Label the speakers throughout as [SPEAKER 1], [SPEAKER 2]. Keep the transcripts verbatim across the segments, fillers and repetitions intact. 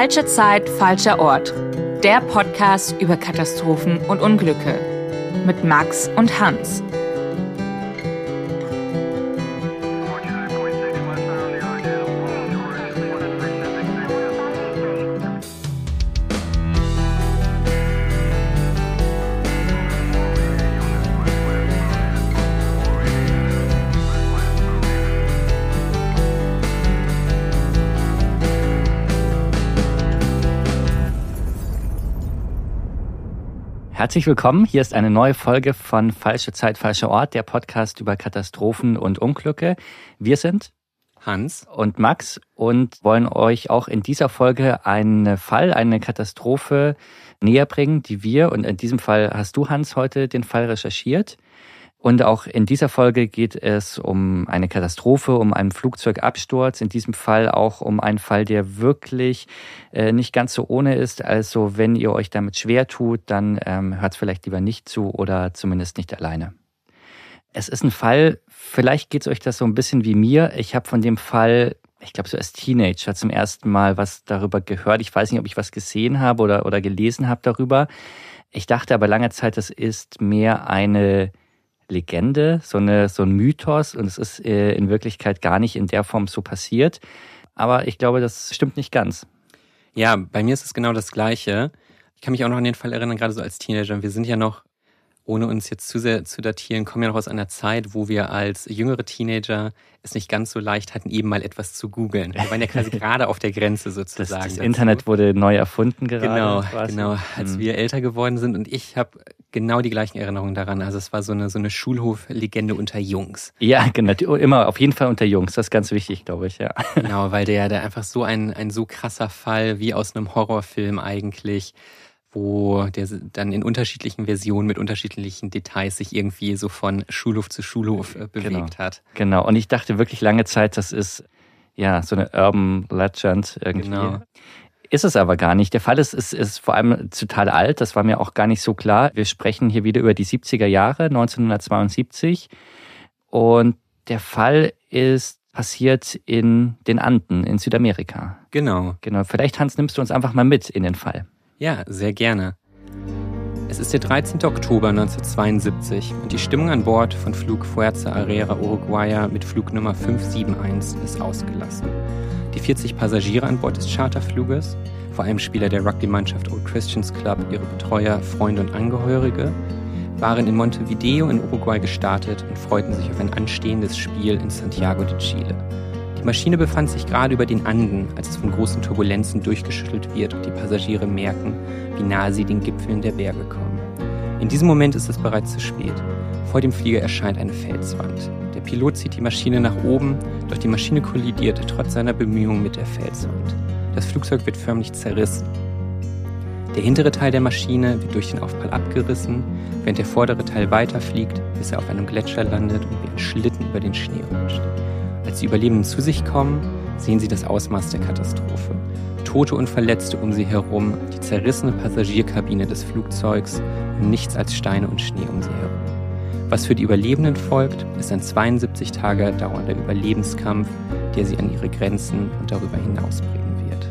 [SPEAKER 1] Falsche Zeit, falscher Ort. Der Podcast über Katastrophen und Unglücke. Mit Max und Hans.
[SPEAKER 2] Herzlich willkommen, hier ist eine neue Folge von Falsche Zeit, falscher Ort, der Podcast über Katastrophen und Unglücke. Wir sind
[SPEAKER 3] Hans
[SPEAKER 2] und Max und wollen euch auch in dieser Folge einen Fall, eine Katastrophe näher bringen, die wir, und in diesem Fall hast du, Hans, heute den Fall recherchiert. Und auch in dieser Folge geht es um eine Katastrophe, um einen Flugzeugabsturz. In diesem Fall auch um einen Fall, der wirklich äh, nicht ganz so ohne ist. Also wenn ihr euch damit schwer tut, dann ähm, hört vielleicht lieber nicht zu oder zumindest nicht alleine. Es ist ein Fall, vielleicht geht es euch das so ein bisschen wie mir. Ich habe von dem Fall, ich glaube so als Teenager zum ersten Mal was darüber gehört. Ich weiß nicht, ob ich was gesehen habe oder, oder gelesen habe darüber. Ich dachte aber lange Zeit, das ist mehr eine Legende, so, eine, so ein Mythos, und es ist äh, in Wirklichkeit gar nicht in der Form so passiert. Aber ich glaube, das stimmt nicht ganz.
[SPEAKER 3] Ja, bei mir ist es genau das Gleiche. Ich kann mich auch noch an den Fall erinnern, gerade so als Teenager. Wir sind ja noch, ohne uns jetzt zu sehr zu datieren, kommen ja noch aus einer Zeit, wo wir als jüngere Teenager es nicht ganz so leicht hatten, eben mal etwas zu googeln. Wir waren ja quasi gerade auf der Grenze sozusagen.
[SPEAKER 2] Das, das Internet wurde neu erfunden gerade.
[SPEAKER 3] Genau,
[SPEAKER 2] quasi.
[SPEAKER 3] genau. Als mhm. wir älter geworden sind, und ich habe genau die gleichen Erinnerungen daran. Also es war so eine so eine Schulhof-Legende unter Jungs.
[SPEAKER 2] Ja, genau. Immer auf jeden Fall unter Jungs. Das ist ganz wichtig, glaube ich, ja.
[SPEAKER 3] Genau, weil der, der einfach so ein, ein so krasser Fall, wie aus einem Horrorfilm eigentlich, wo der dann in unterschiedlichen Versionen mit unterschiedlichen Details sich irgendwie so von Schulhof zu Schulhof äh, bewegt
[SPEAKER 2] genau.
[SPEAKER 3] hat.
[SPEAKER 2] Genau, und ich dachte wirklich lange Zeit, das ist ja so eine Urban Legend irgendwie.
[SPEAKER 3] Genau.
[SPEAKER 2] Ist es aber gar nicht. Der Fall ist, ist, ist vor allem total alt, das war mir auch gar nicht so klar. Wir sprechen hier wieder über die siebziger Jahre, neunzehnhundertzweiundsiebzig. Und der Fall ist passiert in den Anden, in Südamerika.
[SPEAKER 3] Genau.
[SPEAKER 2] Genau. Vielleicht, Hans, nimmst du uns einfach mal mit in den Fall.
[SPEAKER 3] Ja, sehr gerne. Es ist der dreizehnten Oktober neunzehnhundertzweiundsiebzig und die Stimmung an Bord von Flug Fuerza Aérea Uruguaya mit Flugnummer fünf sieben eins ist ausgelassen. Die vierzig Passagiere an Bord des Charterfluges, vor allem Spieler der Rugby-Mannschaft Old Christians Club, ihre Betreuer, Freunde und Angehörige, waren in Montevideo in Uruguay gestartet und freuten sich auf ein anstehendes Spiel in Santiago de Chile. Die Maschine befand sich gerade über den Anden, als es von großen Turbulenzen durchgeschüttelt wird und die Passagiere merken, wie nahe sie den Gipfeln der Berge kommen. In diesem Moment ist es bereits zu spät. Vor dem Flieger erscheint eine Felswand. Der Pilot zieht die Maschine nach oben, doch die Maschine kollidiert trotz seiner Bemühungen mit der Felswand. Das Flugzeug wird förmlich zerrissen. Der hintere Teil der Maschine wird durch den Aufprall abgerissen, während der vordere Teil weiterfliegt, bis er auf einem Gletscher landet und wie ein Schlitten über den Schnee rutscht. Als die Überlebenden zu sich kommen, sehen sie das Ausmaß der Katastrophe. Tote und Verletzte um sie herum, die zerrissene Passagierkabine des Flugzeugs und nichts als Steine und Schnee um sie herum. Was für die Überlebenden folgt, ist ein zweiundsiebzig Tage dauernder Überlebenskampf, der sie an ihre Grenzen und darüber hinaus bringen wird.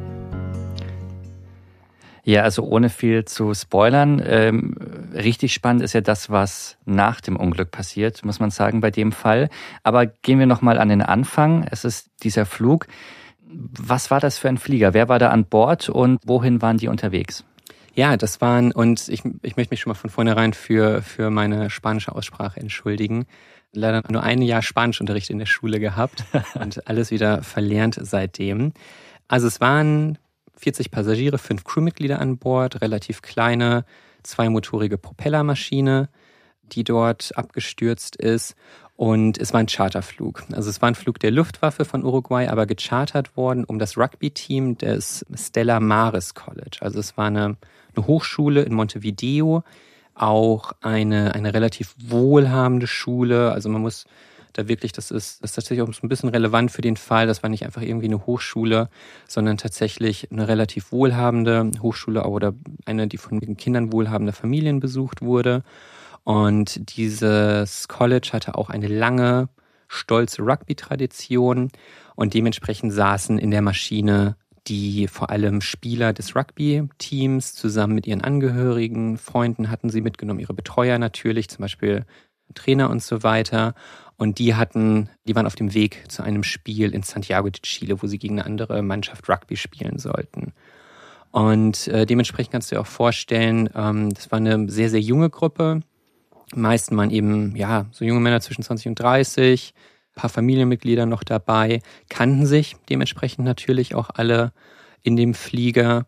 [SPEAKER 2] Ja, also ohne viel zu spoilern, ähm, richtig spannend ist ja das, was nach dem Unglück passiert, muss man sagen, bei dem Fall. Aber gehen wir nochmal an den Anfang. Es ist dieser Flug. Was war das für ein Flieger? Wer war da an Bord und wohin waren die unterwegs?
[SPEAKER 3] Ja, das waren, und ich, ich möchte mich schon mal von vornherein für, für meine spanische Aussprache entschuldigen. Leider nur ein Jahr Spanischunterricht in der Schule gehabt und alles wieder verlernt seitdem. Also es waren vierzig Passagiere, fünf Crewmitglieder an Bord, relativ kleine, zweimotorige Propellermaschine, die dort abgestürzt ist. Und es war ein Charterflug. Also es war ein Flug der Luftwaffe von Uruguay, aber gechartert worden um das Rugby-Team des Stella Maris College. Also es war eine, eine Hochschule in Montevideo, auch eine, eine relativ wohlhabende Schule. Also man muss da wirklich, das ist, das ist tatsächlich auch so ein bisschen relevant für den Fall. Das war nicht einfach irgendwie eine Hochschule, sondern tatsächlich eine relativ wohlhabende Hochschule oder eine, die von Kindern wohlhabender Familien besucht wurde. Und dieses College hatte auch eine lange, stolze Rugby-Tradition und dementsprechend saßen in der Maschine die vor allem Spieler des Rugby-Teams zusammen mit ihren Angehörigen, Freunden hatten sie mitgenommen, ihre Betreuer natürlich, zum Beispiel Trainer und so weiter. Und die hatten, die waren auf dem Weg zu einem Spiel in Santiago de Chile, wo sie gegen eine andere Mannschaft Rugby spielen sollten. Und äh, dementsprechend kannst du dir auch vorstellen, ähm, das war eine sehr, sehr junge Gruppe. Die meisten waren eben, ja, so junge Männer zwischen zwanzig und dreißig, ein paar Familienmitglieder noch dabei, kannten sich dementsprechend natürlich auch alle in dem Flieger.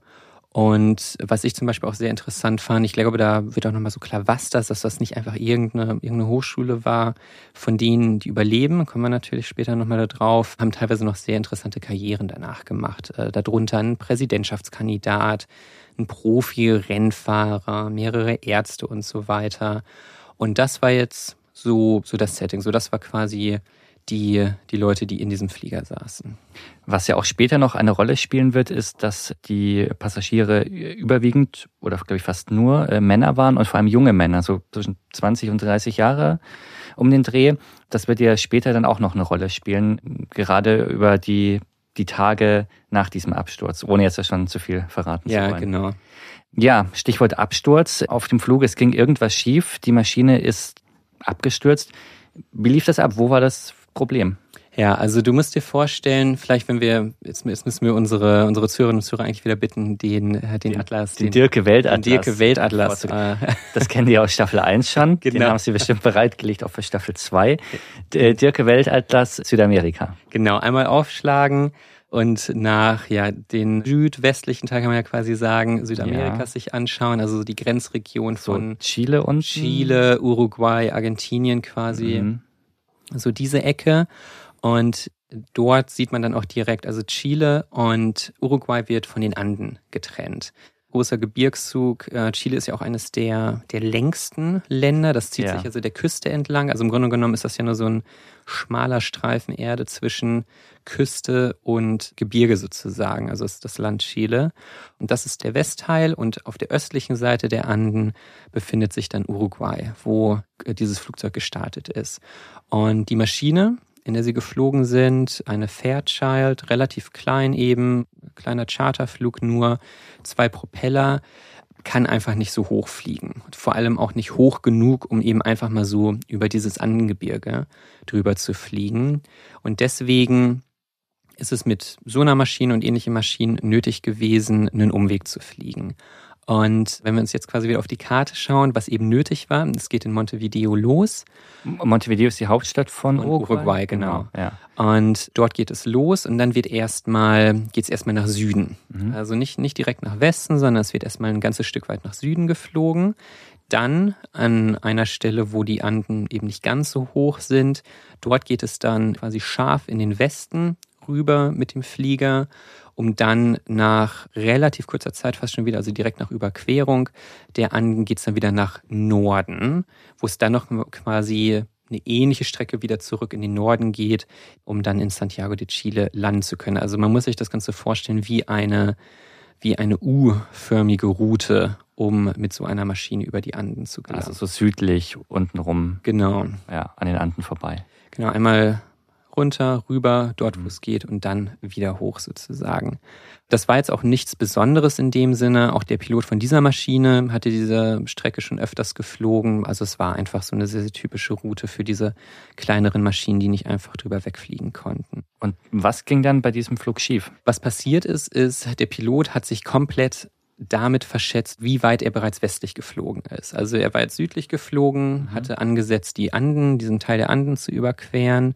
[SPEAKER 3] Und was ich zum Beispiel auch sehr interessant fand, ich glaube, da wird auch nochmal so klar, was das, dass das nicht einfach irgendeine, irgendeine Hochschule war, von denen, die überleben, kommen wir natürlich später nochmal da drauf, haben teilweise noch sehr interessante Karrieren danach gemacht. Äh, darunter ein Präsidentschaftskandidat, ein Profi-Rennfahrer, mehrere Ärzte und so weiter. Und das war jetzt so, so das Setting, so das war quasi die, die Leute, die in diesem Flieger saßen.
[SPEAKER 2] Was ja auch später noch eine Rolle spielen wird, ist, dass die Passagiere überwiegend oder glaube ich fast nur äh, Männer waren und vor allem junge Männer, so zwischen zwanzig und dreißig Jahre um den Dreh. Das wird ja später dann auch noch eine Rolle spielen, gerade über die, die Tage nach diesem Absturz, ohne jetzt schon zu viel verraten
[SPEAKER 3] ja,
[SPEAKER 2] zu wollen.
[SPEAKER 3] Ja, genau.
[SPEAKER 2] Ja, Stichwort Absturz. Auf dem Flug, es ging irgendwas schief, die Maschine ist abgestürzt. Wie lief das ab? Wo war das Problem?
[SPEAKER 3] Ja, also du musst dir vorstellen, vielleicht wenn wir, jetzt, jetzt müssen wir unsere unsere Zuhörerinnen und Zuhörer eigentlich wieder bitten, den den, den Atlas,
[SPEAKER 2] den, den Dirke Weltatlas.
[SPEAKER 3] Den Dirke Weltatlas.
[SPEAKER 2] Das kennen die aus Staffel eins schon.
[SPEAKER 3] Genau.
[SPEAKER 2] Den haben sie bestimmt bereitgelegt, auch für Staffel zwei. Dirke Weltatlas Südamerika.
[SPEAKER 3] Genau, einmal aufschlagen und nach ja den südwestlichen Teil kann man ja quasi sagen, Südamerikas ja. sich anschauen, also die Grenzregion von
[SPEAKER 2] so Chile und
[SPEAKER 3] Chile, Uruguay, Argentinien quasi. Mhm. So diese Ecke. Und dort sieht man dann auch direkt, also Chile und Uruguay wird von den Anden getrennt. Großer Gebirgszug. Chile ist ja auch eines der, der längsten Länder. Das zieht ja. sich also der Küste entlang. Also im Grunde genommen ist das ja nur so ein schmaler Streifen Erde zwischen Küste und Gebirge sozusagen. Also ist das Land Chile. Und das ist der Westteil. Und auf der östlichen Seite der Anden befindet sich dann Uruguay, wo dieses Flugzeug gestartet ist. Und die Maschine, in der sie geflogen sind, eine Fairchild, relativ klein eben, kleiner Charterflug nur, zwei Propeller, kann einfach nicht so hoch fliegen. Vor allem auch nicht hoch genug, um eben einfach mal so über dieses Andengebirge drüber zu fliegen. Und deswegen ist es mit so einer Maschine und ähnlichen Maschinen nötig gewesen, einen Umweg zu fliegen. Und wenn wir uns jetzt quasi wieder auf die Karte schauen, was eben nötig war, es geht in Montevideo los.
[SPEAKER 2] Montevideo ist die Hauptstadt von Uruguay,
[SPEAKER 3] Uruguay genau.
[SPEAKER 2] genau. Ja.
[SPEAKER 3] Und dort geht es los und dann wird erstmal, geht es erstmal nach Süden. Mhm. Also nicht, nicht direkt nach Westen, sondern es wird erstmal ein ganzes Stück weit nach Süden geflogen. Dann an einer Stelle, wo die Anden eben nicht ganz so hoch sind, dort geht es dann quasi scharf in den Westen rüber mit dem Flieger, um dann nach relativ kurzer Zeit fast schon wieder, also direkt nach Überquerung der Anden, geht es dann wieder nach Norden, wo es dann noch quasi eine ähnliche Strecke wieder zurück in den Norden geht, um dann in Santiago de Chile landen zu können. Also man muss sich das Ganze vorstellen wie eine, wie eine U-förmige Route, um mit so einer Maschine über die Anden zu gelangen.
[SPEAKER 2] Also so südlich untenrum.
[SPEAKER 3] Genau.
[SPEAKER 2] Ja, an den Anden vorbei.
[SPEAKER 3] Genau, einmal runter, rüber, dort wo es geht und dann wieder hoch sozusagen. Das war jetzt auch nichts Besonderes in dem Sinne. Auch der Pilot von dieser Maschine hatte diese Strecke schon öfters geflogen. Also es war einfach so eine sehr, sehr typische Route für diese kleineren Maschinen, die nicht einfach drüber wegfliegen konnten.
[SPEAKER 2] Und was ging dann bei diesem Flug schief?
[SPEAKER 3] Was passiert ist, ist, der Pilot hat sich komplett damit verschätzt, wie weit er bereits westlich geflogen ist. Also er war jetzt südlich geflogen, mhm. hatte angesetzt, die Anden, diesen Teil der Anden zu überqueren.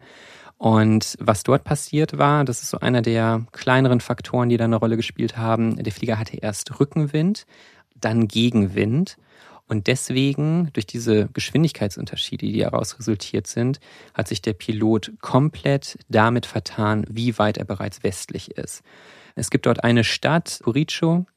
[SPEAKER 3] Und was dort passiert war, das ist so einer der kleineren Faktoren, die da eine Rolle gespielt haben. Der Flieger hatte erst Rückenwind, dann Gegenwind. Und deswegen, durch diese Geschwindigkeitsunterschiede, die daraus resultiert sind, hat sich der Pilot komplett damit vertan, wie weit er bereits westlich ist. Es gibt dort eine Stadt, Curico,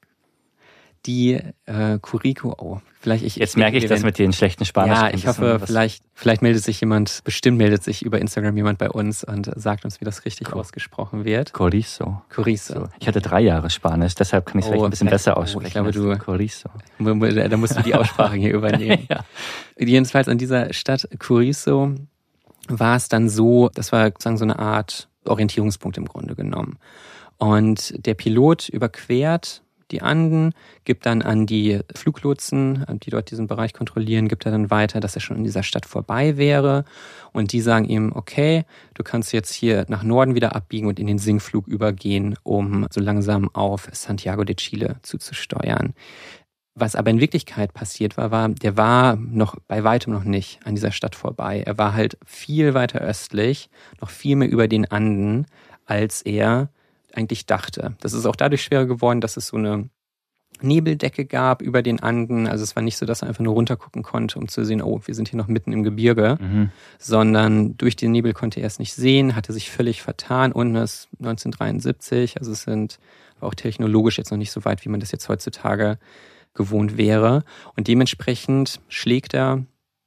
[SPEAKER 3] die äh, Curico, oh, vielleicht ich...
[SPEAKER 2] Jetzt merke ich das mit den schlechten Spanisch.
[SPEAKER 3] Ja, ich hoffe, vielleicht, vielleicht meldet sich jemand, bestimmt meldet sich über Instagram jemand bei uns und sagt uns, wie das richtig Co- ausgesprochen wird.
[SPEAKER 2] Corizo.
[SPEAKER 3] Corizo.
[SPEAKER 2] So. Ich hatte drei Jahre Spanisch, deshalb kann ich es oh, vielleicht ein bisschen besser aussprechen.
[SPEAKER 3] Oh, ich glaube, du...
[SPEAKER 2] Corizo.
[SPEAKER 3] Da musst du die Aussprache hier übernehmen. Ja. Jedenfalls an dieser Stadt Curizo war es dann so, das war sozusagen so eine Art Orientierungspunkt im Grunde genommen. Und der Pilot überquert die Anden, gibt dann an die Fluglotsen, die dort diesen Bereich kontrollieren, gibt er dann weiter, dass er schon in dieser Stadt vorbei wäre. Und die sagen ihm, okay, du kannst jetzt hier nach Norden wieder abbiegen und in den Sinkflug übergehen, um so langsam auf Santiago de Chile zuzusteuern. Was aber in Wirklichkeit passiert war, war, der war noch bei weitem noch nicht an dieser Stadt vorbei. Er war halt viel weiter östlich, noch viel mehr über den Anden, als er eigentlich dachte. Das ist auch dadurch schwerer geworden, dass es so eine Nebeldecke gab über den Anden. Also es war nicht so, dass er einfach nur runtergucken konnte, um zu sehen, oh, wir sind hier noch mitten im Gebirge, mhm. sondern durch den Nebel konnte er es nicht sehen, hatte sich völlig vertan. Und es ist neunzehnhundertdreiundsiebzig, also es sind war auch technologisch jetzt noch nicht so weit, wie man das jetzt heutzutage gewohnt wäre. Und dementsprechend schlägt er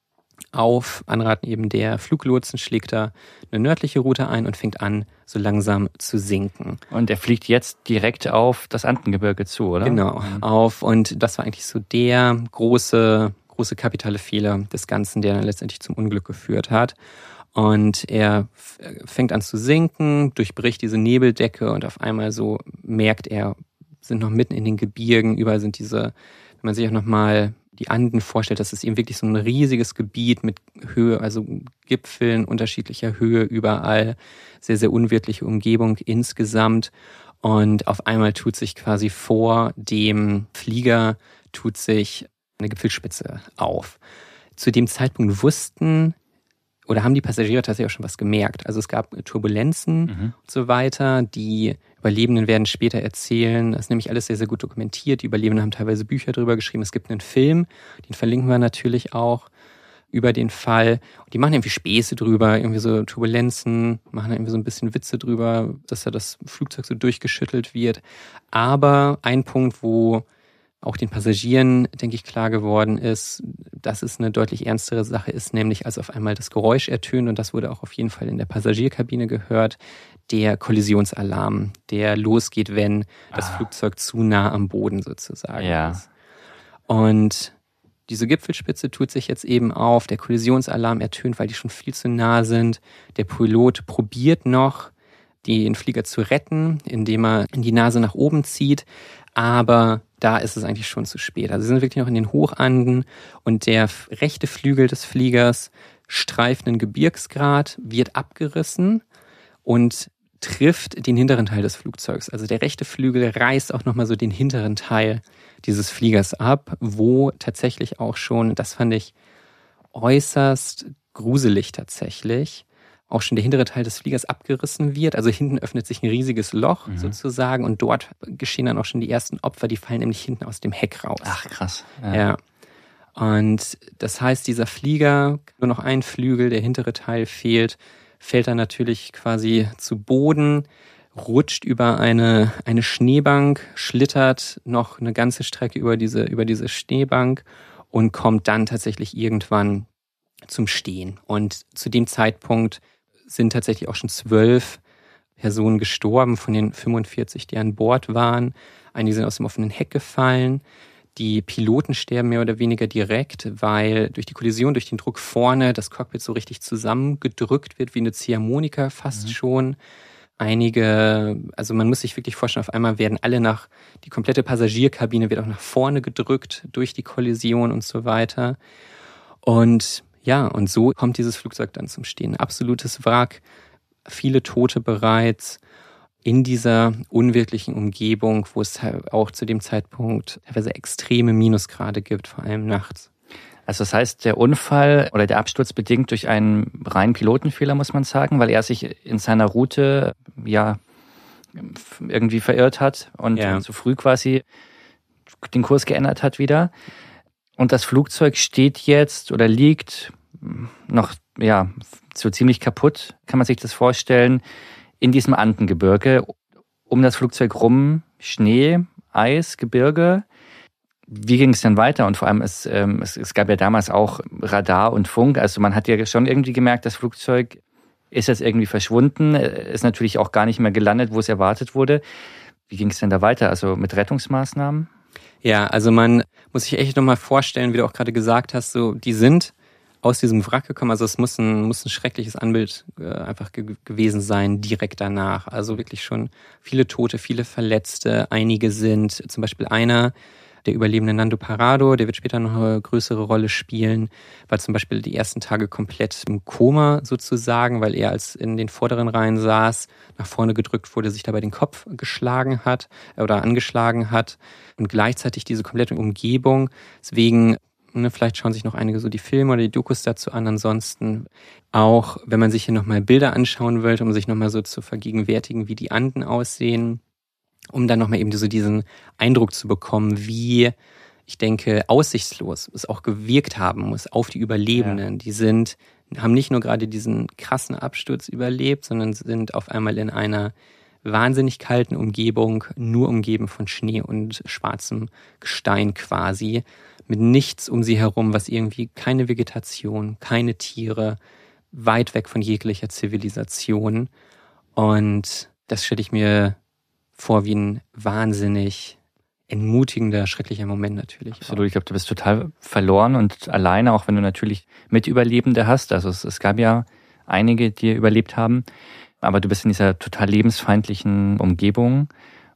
[SPEAKER 3] auf Anraten eben der Fluglotsen, schlägt er eine nördliche Route ein und fängt an, so langsam zu sinken.
[SPEAKER 2] Und er fliegt jetzt direkt auf das Andengebirge zu, oder?
[SPEAKER 3] Genau, mhm. auf. Und das war eigentlich so der große, große kapitale Fehler des Ganzen, der dann letztendlich zum Unglück geführt hat. Und er fängt an zu sinken, durchbricht diese Nebeldecke und auf einmal so merkt er, sind noch mitten in den Gebirgen, überall sind diese, wenn man sich auch nochmal die Anden vorstellt, das ist eben wirklich so ein riesiges Gebiet mit Höhe, also Gipfeln unterschiedlicher Höhe überall, sehr, sehr unwirtliche Umgebung insgesamt. Und auf einmal tut sich quasi vor dem Flieger, tut sich eine Gipfelspitze auf. Zu dem Zeitpunkt wussten oder haben die Passagiere tatsächlich auch schon was gemerkt. Also es gab Turbulenzen mhm. und so weiter. Die Überlebenden werden später erzählen. Das ist nämlich alles sehr, sehr gut dokumentiert. Die Überlebenden haben teilweise Bücher darüber geschrieben. Es gibt einen Film, den verlinken wir natürlich auch über den Fall. Und die machen irgendwie Späße drüber, irgendwie so Turbulenzen, machen irgendwie so ein bisschen Witze drüber, dass da das Flugzeug so durchgeschüttelt wird. Aber ein Punkt, wo auch den Passagieren, denke ich, klar geworden ist, dass es eine deutlich ernstere Sache ist, nämlich als auf einmal das Geräusch ertönt, und das wurde auch auf jeden Fall in der Passagierkabine gehört, der Kollisionsalarm, der losgeht, wenn das ah. Flugzeug zu nah am Boden sozusagen
[SPEAKER 2] ja.
[SPEAKER 3] ist. Und diese Gipfelspitze tut sich jetzt eben auf, der Kollisionsalarm ertönt, weil die schon viel zu nah sind. Der Pilot probiert noch, den Flieger zu retten, indem er die Nase nach oben zieht, aber da ist es eigentlich schon zu spät. Also sie sind wirklich noch in den Hochanden und der rechte Flügel des Fliegers streift einen Gebirgsgrat, wird abgerissen und trifft den hinteren Teil des Flugzeugs. Also der rechte Flügel reißt auch nochmal so den hinteren Teil dieses Fliegers ab, wo tatsächlich auch schon, das fand ich äußerst gruselig tatsächlich, auch schon der hintere Teil des Fliegers abgerissen wird. Also hinten öffnet sich ein riesiges Loch mhm. sozusagen und dort geschehen dann auch schon die ersten Opfer, die fallen nämlich hinten aus dem Heck raus.
[SPEAKER 2] Ach, krass. Ja.
[SPEAKER 3] ja. Und das heißt, dieser Flieger, nur noch ein Flügel, der hintere Teil fehlt, fällt dann natürlich quasi zu Boden, rutscht über eine, eine Schneebank, schlittert noch eine ganze Strecke über diese, über diese Schneebank und kommt dann tatsächlich irgendwann zum Stehen. Und zu dem Zeitpunkt sind tatsächlich auch schon zwölf Personen gestorben von den fünfundvierzig, die an Bord waren. Einige sind aus dem offenen Heck gefallen. Die Piloten sterben mehr oder weniger direkt, weil durch die Kollision, durch den Druck vorne das Cockpit so richtig zusammengedrückt wird, wie eine Ziehharmonika fast mhm. schon. Einige, also man muss sich wirklich vorstellen, auf einmal werden alle nach, die komplette Passagierkabine wird auch nach vorne gedrückt durch die Kollision und so weiter. Und ja, und so kommt dieses Flugzeug dann zum Stehen. Absolutes Wrack, viele Tote bereits in dieser unwirklichen Umgebung, wo es auch zu dem Zeitpunkt teilweise extreme Minusgrade gibt, vor allem nachts.
[SPEAKER 2] Also das heißt, der Unfall oder der Absturz bedingt durch einen reinen Pilotenfehler, muss man sagen, weil er sich in seiner Route ja irgendwie verirrt hat und ja. zu früh quasi den Kurs geändert hat wieder. Und das Flugzeug steht jetzt oder liegt noch ja so ziemlich kaputt, kann man sich das vorstellen, in diesem Andengebirge. Um das Flugzeug rum Schnee, Eis, Gebirge. Wie ging es denn weiter? Und vor allem, es, ähm, es, es gab ja damals auch Radar und Funk. Also man hat ja schon irgendwie gemerkt, das Flugzeug ist jetzt irgendwie verschwunden, ist natürlich auch gar nicht mehr gelandet, wo es erwartet wurde. Wie ging es denn da weiter? Also mit Rettungsmaßnahmen?
[SPEAKER 3] Ja, also man muss sich echt nochmal vorstellen, wie du auch gerade gesagt hast, so die sind aus diesem Wrack gekommen. Also es muss ein, muss ein schreckliches Anblick äh, einfach ge- gewesen sein, direkt danach. Also wirklich schon viele Tote, viele Verletzte. Einige sind, zum Beispiel einer, der Überlebende Nando Parrado, der wird später noch eine größere Rolle spielen, war zum Beispiel die ersten Tage komplett im Koma sozusagen, weil er als in den vorderen Reihen saß, nach vorne gedrückt wurde, sich dabei den Kopf geschlagen hat oder angeschlagen hat und gleichzeitig diese komplette Umgebung. Deswegen, ne, vielleicht schauen sich noch einige so die Filme oder die Dokus dazu an. Ansonsten auch, wenn man sich hier nochmal Bilder anschauen will, um sich nochmal so zu vergegenwärtigen, wie die Anden aussehen, um dann nochmal eben so diesen Eindruck zu bekommen, wie, ich denke, aussichtslos es auch gewirkt haben muss auf die Überlebenden. Ja. Die sind, haben nicht nur gerade diesen krassen Absturz überlebt, sondern sind auf einmal in einer wahnsinnig kalten Umgebung, nur umgeben von Schnee und schwarzem Gestein quasi, mit nichts um sie herum, was irgendwie keine Vegetation, keine Tiere, weit weg von jeglicher Zivilisation. Und das stelle ich mir vor wie ein wahnsinnig entmutigender, schrecklicher Moment natürlich.
[SPEAKER 2] Absolut, ich glaube, du bist total verloren und alleine, auch wenn du natürlich Mitüberlebende hast. Also es, es gab ja einige, die überlebt haben, aber du bist in dieser total lebensfeindlichen Umgebung.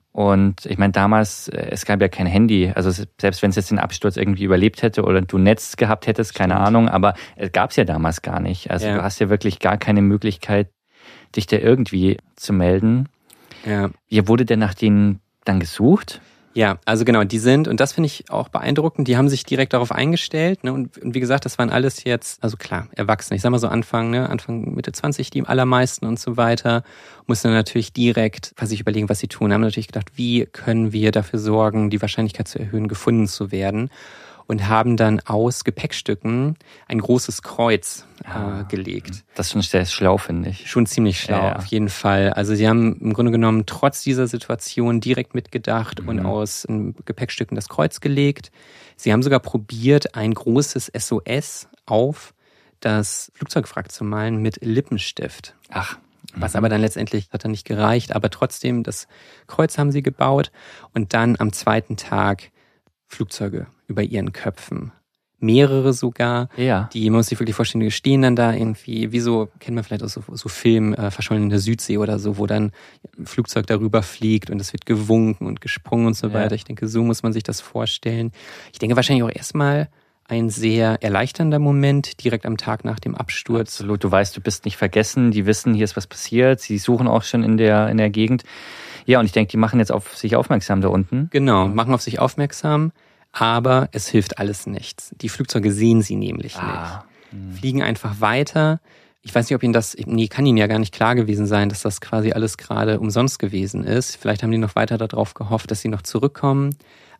[SPEAKER 2] Und ich meine, damals, es gab ja kein Handy. Also selbst wenn es jetzt den Absturz irgendwie überlebt hätte oder du Netz gehabt hättest, keine Stimmt. Ahnung, aber es gab es ja damals gar nicht. Also ja. Du hast ja wirklich gar keine Möglichkeit, dich da irgendwie zu melden.
[SPEAKER 3] Ja.
[SPEAKER 2] Wie wurde denn nach denen dann gesucht?
[SPEAKER 3] Ja, also genau, die sind, und das finde ich auch beeindruckend, die haben sich direkt darauf eingestellt, ne, und, und wie gesagt, das waren alles jetzt, also klar, Erwachsene, ich sag mal so Anfang, ne, Anfang, Mitte zwanzig, die allermeisten und so weiter, mussten dann natürlich direkt sich überlegen, was sie tun, haben natürlich gedacht, wie können wir dafür sorgen, die Wahrscheinlichkeit zu erhöhen, gefunden zu werden, und haben dann aus Gepäckstücken ein großes Kreuz äh, gelegt.
[SPEAKER 2] Das ist schon sehr schlau, finde ich.
[SPEAKER 3] Schon ziemlich schlau, ja, ja. Auf jeden Fall. Also sie haben im Grunde genommen trotz dieser Situation direkt mitgedacht mhm. und aus ähm, Gepäckstücken das Kreuz gelegt. Sie haben sogar probiert, ein großes S O S auf das Flugzeugwrack zu malen mit Lippenstift.
[SPEAKER 2] Ach.
[SPEAKER 3] Was aber dann letztendlich hat dann nicht gereicht. Aber trotzdem, das Kreuz haben sie gebaut. Und dann am zweiten Tag Flugzeuge über ihren Köpfen. Mehrere sogar.
[SPEAKER 2] Ja.
[SPEAKER 3] Die, man muss sich wirklich vorstellen, die stehen dann da irgendwie, wie so, kennt man vielleicht aus so, so Film, äh, Verschollen in der Südsee oder so, wo dann ein Flugzeug darüber fliegt und es wird gewunken und gesprungen und so weiter. Ja. Ich denke, so muss man sich das vorstellen. Ich denke wahrscheinlich auch erstmal ein sehr erleichternder Moment, direkt am Tag nach dem Absturz.
[SPEAKER 2] Absolut, du weißt, du bist nicht vergessen, die wissen, hier ist was passiert, sie suchen auch schon in der, in der Gegend. Ja, und ich denke, die machen jetzt auf sich aufmerksam da unten.
[SPEAKER 3] Genau, machen auf sich aufmerksam, aber es hilft alles nichts. Die Flugzeuge sehen sie nämlich
[SPEAKER 2] ah.
[SPEAKER 3] nicht. Fliegen einfach weiter. Ich weiß nicht, ob Ihnen das, nee, kann Ihnen ja gar nicht klar gewesen sein, dass das quasi alles gerade umsonst gewesen ist. Vielleicht haben die noch weiter darauf gehofft, dass sie noch zurückkommen.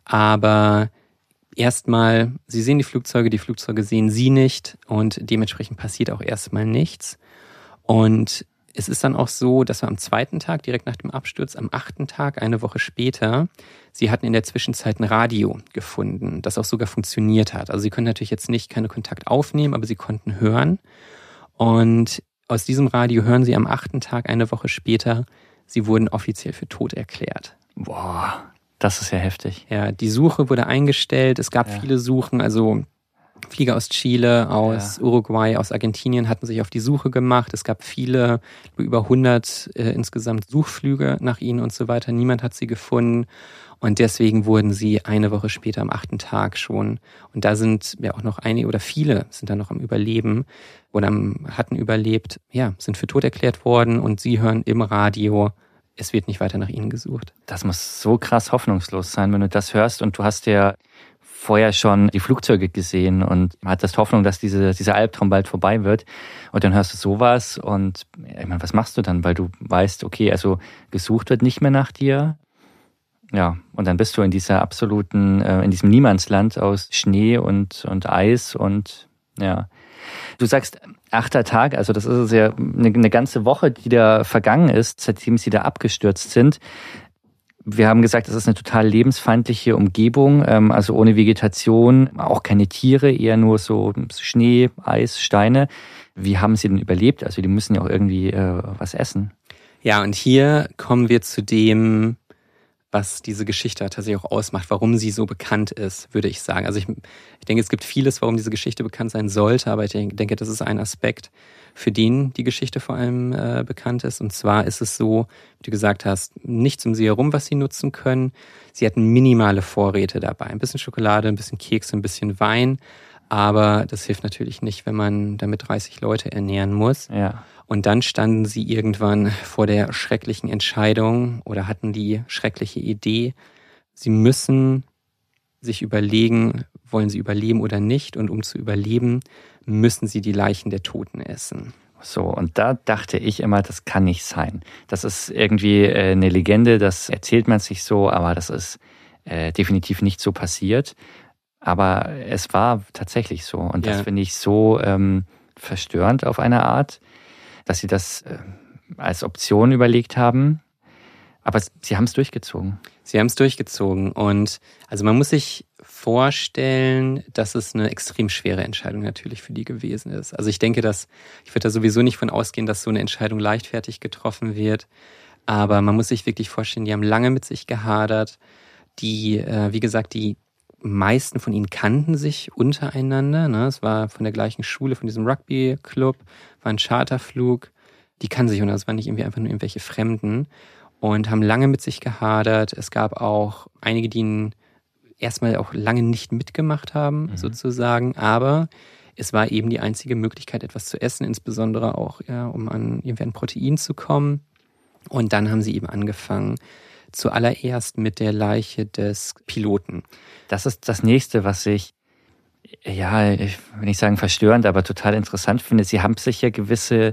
[SPEAKER 3] Aber erstmal, sie sehen die Flugzeuge, die Flugzeuge sehen sie nicht und dementsprechend passiert auch erstmal nichts. Und es ist dann auch so, dass wir am zweiten Tag, direkt nach dem Absturz, am achten Tag, eine Woche später, sie hatten in der Zwischenzeit ein Radio gefunden, das auch sogar funktioniert hat. Also sie können natürlich jetzt nicht keine Kontakt aufnehmen, aber sie konnten hören. Und aus diesem Radio hören sie am achten Tag, eine Woche später, sie wurden offiziell für tot erklärt.
[SPEAKER 2] Boah, das ist ja heftig.
[SPEAKER 3] Ja, die Suche wurde eingestellt, es gab ja. viele Suchen, also Flieger aus Chile, aus ja. Uruguay, aus Argentinien hatten sich auf die Suche gemacht. Es gab viele, über hundert äh, insgesamt Suchflüge nach ihnen und so weiter. Niemand hat sie gefunden. Und deswegen wurden sie eine Woche später am achten Tag schon. Und da sind ja auch noch einige oder viele sind da noch am Überleben oder am, hatten überlebt, ja, sind für tot erklärt worden. Und sie hören im Radio, es wird nicht weiter nach ihnen gesucht.
[SPEAKER 2] Das muss so krass hoffnungslos sein, wenn du das hörst. Und du hast ja vorher schon die Flugzeuge gesehen und hattest Hoffnung, dass diese, dieser Albtraum bald vorbei wird. Und dann hörst du sowas und ich meine, was machst du dann? Weil du weißt, okay, also gesucht wird nicht mehr nach dir. Ja, und dann bist du in dieser absoluten, äh, in diesem Niemandsland aus Schnee und, und Eis und ja. Du sagst, achter Tag, also das ist ja eine, eine ganze Woche, die da vergangen ist, seitdem sie da abgestürzt sind. Wir haben gesagt, es ist eine total lebensfeindliche Umgebung, also ohne Vegetation, auch keine Tiere, eher nur so Schnee, Eis, Steine. Wie haben sie denn überlebt? Also die müssen ja auch irgendwie äh, was essen.
[SPEAKER 3] Ja, und hier kommen wir zu dem, was diese Geschichte tatsächlich auch ausmacht, warum sie so bekannt ist, würde ich sagen. Also ich, ich denke, es gibt vieles, warum diese Geschichte bekannt sein sollte, aber ich denke, das ist ein Aspekt, für den die Geschichte vor allem äh, bekannt ist. Und zwar ist es so, wie du gesagt hast, nichts um sie herum, was sie nutzen können. Sie hatten minimale Vorräte dabei. Ein bisschen Schokolade, ein bisschen Kekse, ein bisschen Wein. Aber das hilft natürlich nicht, wenn man damit dreißig Leute ernähren muss.
[SPEAKER 2] Ja.
[SPEAKER 3] Und dann standen sie irgendwann vor der schrecklichen Entscheidung oder hatten die schreckliche Idee, sie müssen sich überlegen, wollen sie überleben oder nicht. Und um zu überleben, müssen sie die Leichen der Toten essen.
[SPEAKER 2] So, und da dachte ich immer, das kann nicht sein. Das ist irgendwie äh, eine Legende, das erzählt man sich so, aber das ist äh, definitiv nicht so passiert. Aber es war tatsächlich so. Und das
[SPEAKER 3] ja.
[SPEAKER 2] finde ich so ähm, verstörend auf eine Art, dass sie das äh, als Option überlegt haben. Aber sie haben es durchgezogen.
[SPEAKER 3] Sie haben es durchgezogen. Und also man muss sich vorstellen, dass es eine extrem schwere Entscheidung natürlich für die gewesen ist. Also ich denke, dass ich würde da sowieso nicht von ausgehen, dass so eine Entscheidung leichtfertig getroffen wird. Aber man muss sich wirklich vorstellen, die haben lange mit sich gehadert. Die, äh, wie gesagt, die meisten von ihnen kannten sich untereinander. Ne? Es war von der gleichen Schule, von diesem Rugby-Club, war ein Charterflug. Die kannten sich und das waren nicht irgendwie einfach nur irgendwelche Fremden und haben lange mit sich gehadert. Es gab auch einige, die ihn erstmal auch lange nicht mitgemacht haben, mhm. sozusagen. Aber es war eben die einzige Möglichkeit, etwas zu essen, insbesondere auch, ja, um an irgendwie an Protein zu kommen. Und dann haben sie eben angefangen, zuallererst mit der Leiche des Piloten.
[SPEAKER 2] Das ist das Nächste, was ich, ja, ich will nicht sagen verstörend, aber total interessant finde. Sie haben sich ja gewisse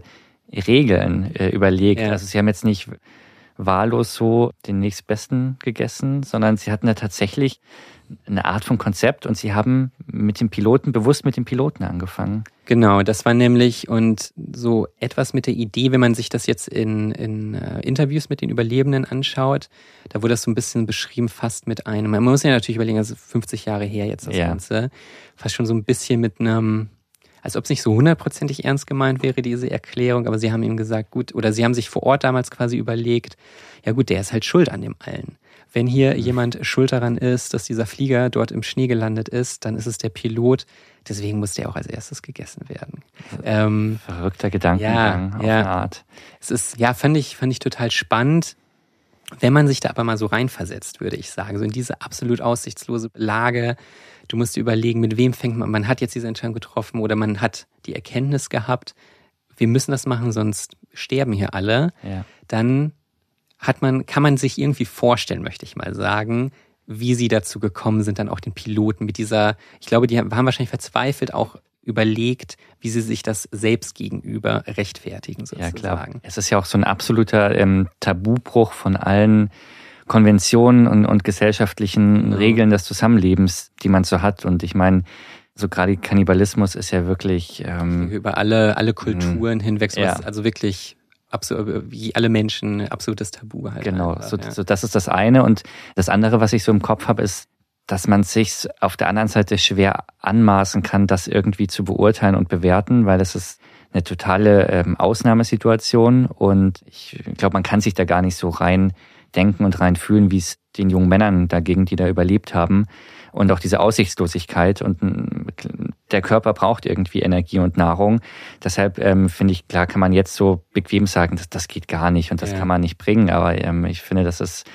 [SPEAKER 2] Regeln äh, überlegt. Ja. Also sie haben jetzt nicht wahllos so den nächstbesten gegessen, sondern sie hatten ja tatsächlich eine Art von Konzept und sie haben mit dem Piloten, bewusst mit dem Piloten angefangen.
[SPEAKER 3] Genau, das war nämlich und so etwas mit der Idee, wenn man sich das jetzt in, in uh, Interviews mit den Überlebenden anschaut, da wurde das so ein bisschen beschrieben fast mit einem, man muss ja natürlich überlegen, also fünfzig Jahre her jetzt das ja. Ganze, fast schon so ein bisschen mit einem, als ob es nicht so hundertprozentig ernst gemeint wäre, diese Erklärung, aber sie haben ihm gesagt, gut, oder sie haben sich vor Ort damals quasi überlegt, ja gut, der ist halt schuld an dem allen. Wenn hier jemand schuld daran ist, dass dieser Flieger dort im Schnee gelandet ist, dann ist es der Pilot. Deswegen muss der auch als erstes gegessen werden. Ähm,
[SPEAKER 2] Verrückter Gedankengang
[SPEAKER 3] ja,
[SPEAKER 2] auf
[SPEAKER 3] ja.
[SPEAKER 2] eine Art.
[SPEAKER 3] Es ist, ja, fand ich, fand ich total spannend. Wenn man sich da aber mal so reinversetzt, würde ich sagen, so in diese absolut aussichtslose Lage. Du musst dir überlegen, mit wem fängt man, man hat jetzt diese Entscheidung getroffen oder man hat die Erkenntnis gehabt, wir müssen das machen, sonst sterben hier alle.
[SPEAKER 2] Ja.
[SPEAKER 3] Dann hat man, kann man sich irgendwie vorstellen, möchte ich mal sagen, wie sie dazu gekommen sind, dann auch den Piloten mit dieser, ich glaube, die haben wahrscheinlich verzweifelt auch überlegt, wie sie sich das selbst gegenüber rechtfertigen, sozusagen.
[SPEAKER 2] Ja, klar. Es ist ja auch so ein absoluter ähm, Tabubruch von allen Konventionen und, und gesellschaftlichen ja. Regeln des Zusammenlebens, die man so hat. Und ich meine, so gerade Kannibalismus ist ja wirklich ähm,
[SPEAKER 3] über alle, alle Kulturen hinweg, so
[SPEAKER 2] ja.
[SPEAKER 3] also wirklich absolut, wie alle Menschen, absolutes Tabu halt.
[SPEAKER 2] Genau,
[SPEAKER 3] einfach,
[SPEAKER 2] so,
[SPEAKER 3] ja.
[SPEAKER 2] so das ist das eine. Und das andere, was ich so im Kopf habe, ist, dass man sich auf der anderen Seite schwer anmaßen kann, das irgendwie zu beurteilen und bewerten, weil es ist eine totale ähm, Ausnahmesituation und ich glaube, man kann sich da gar nicht so rein denken und rein fühlen, wie es den jungen Männern dagegen, die da überlebt haben und auch diese Aussichtslosigkeit und der Körper braucht irgendwie Energie und Nahrung. Deshalb ähm, finde ich, klar kann man jetzt so bequem sagen, das, das geht gar nicht und das ja. kann man nicht bringen, aber ähm, ich finde, das ist